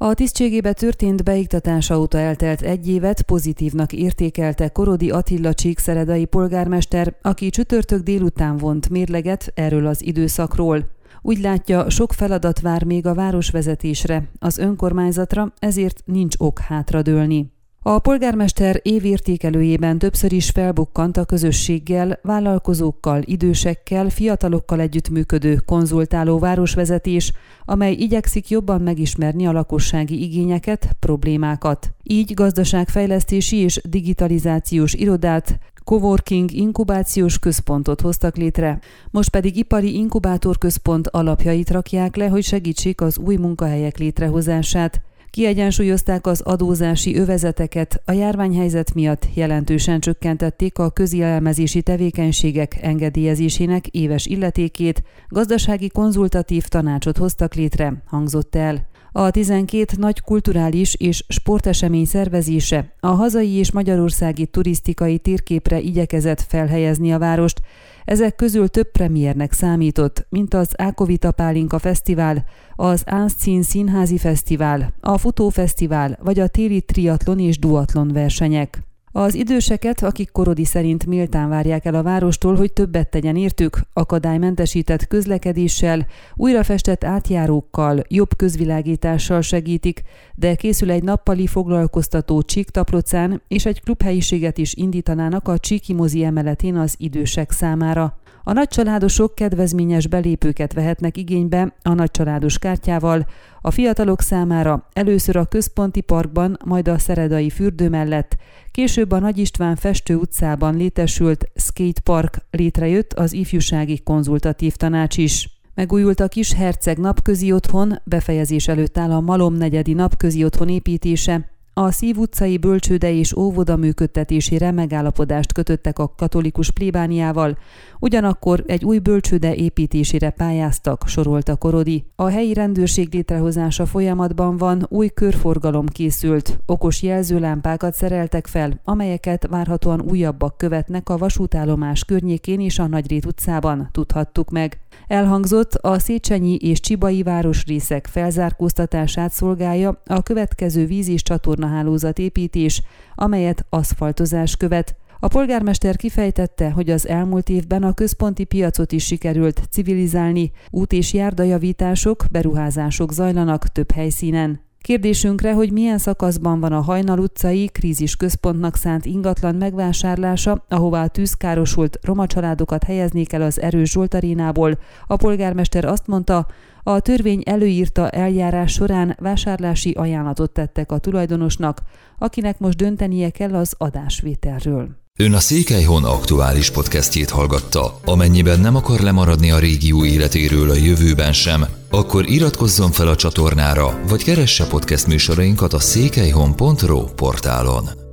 A tisztségébe történt beiktatása óta eltelt egy évet pozitívnak értékelte Korody Attila csíkszeredai polgármester, aki csütörtök délután vont mérleget erről az időszakról. Úgy látja, sok feladat vár még a városvezetésre, az önkormányzatra, ezért nincs ok hátradőlni. A polgármester évértékelőjében többször is felbukkant a közösséggel, vállalkozókkal, idősekkel, fiatalokkal együttműködő, konzultáló városvezetés, amely igyekszik jobban megismerni a lakossági igényeket, problémákat. Így gazdaságfejlesztési és digitalizációs irodát, coworking inkubációs központot hoztak létre, most pedig ipari inkubátorközpont alapjait rakják le, hogy segítsék az új munkahelyek létrehozását. Kiegyensúlyozták az adózási övezeteket, a járványhelyzet miatt jelentősen csökkentették a közélelmezési tevékenységek engedélyezésének éves illetékét, gazdasági konzultatív tanácsot hoztak létre, hangzott el. A 12 nagy kulturális és sportesemény szervezése a hazai és magyarországi turisztikai térképre igyekezett felhelyezni a várost. Ezek közül több premiernek számított, mint az Ákovita Pálinka Fesztivál, az Ánszcín Színházi Fesztivál, a Futófesztivál vagy a téli triatlon és duatlon versenyek. Az időseket, akik Korody szerint méltán várják el a várostól, hogy többet tegyen értük, akadálymentesített közlekedéssel, újrafestett átjárókkal, jobb közvilágítással segítik, de készül egy nappali foglalkoztató Csíktaplocán, és egy klubhelyiséget is indítanának a Csíki mozi emeletén az idősek számára. A nagycsaládosok kedvezményes belépőket vehetnek igénybe a nagycsaládos kártyával, a fiatalok számára először a Központi Parkban, majd a Szeredai fürdő mellett, később a Nagy István Festő utcában létesült skatepark létrejött az ifjúsági konzultatív tanács is. Megújult a Kisherceg napközi otthon, befejezés előtt áll a Malom negyedi napközi otthon építése. A Szív utcai bölcsőde és óvoda működtetésére megállapodást kötöttek a katolikus plébániával, ugyanakkor egy új bölcsőde építésére pályáztak, sorolta Korody. A helyi rendőrség létrehozása folyamatban van, új körforgalom készült, okos jelzőlámpákat szereltek fel, amelyeket várhatóan újabbak követnek a vasútállomás környékén és a Nagyrét utcában, tudhattuk meg. Elhangzott, a széchenyi és csibai városrészek felzárkóztatását szolgálja a következő víz- és csatornahálózat építés, amelyet aszfaltozás követ. A polgármester kifejtette, hogy az elmúlt évben a központi piacot is sikerült civilizálni, út- és járdajavítások, beruházások zajlanak több helyszínen. Kérdésünkre, hogy milyen szakaszban van a Hajnal utcai krízisközpontnak szánt ingatlan megvásárlása, ahová a tűzkárosult roma családokat helyeznék el az Erős Zsolt arénából, a polgármester azt mondta, a törvény előírta eljárás során vásárlási ajánlatot tettek a tulajdonosnak, akinek most döntenie kell az adásvételről. Ön a Székelyhon aktuális podcastjét hallgatta. Amennyiben nem akar lemaradni a régió életéről a jövőben sem, akkor iratkozzon fel a csatornára, vagy keresse podcast műsorainkat a székelyhon.ro portálon.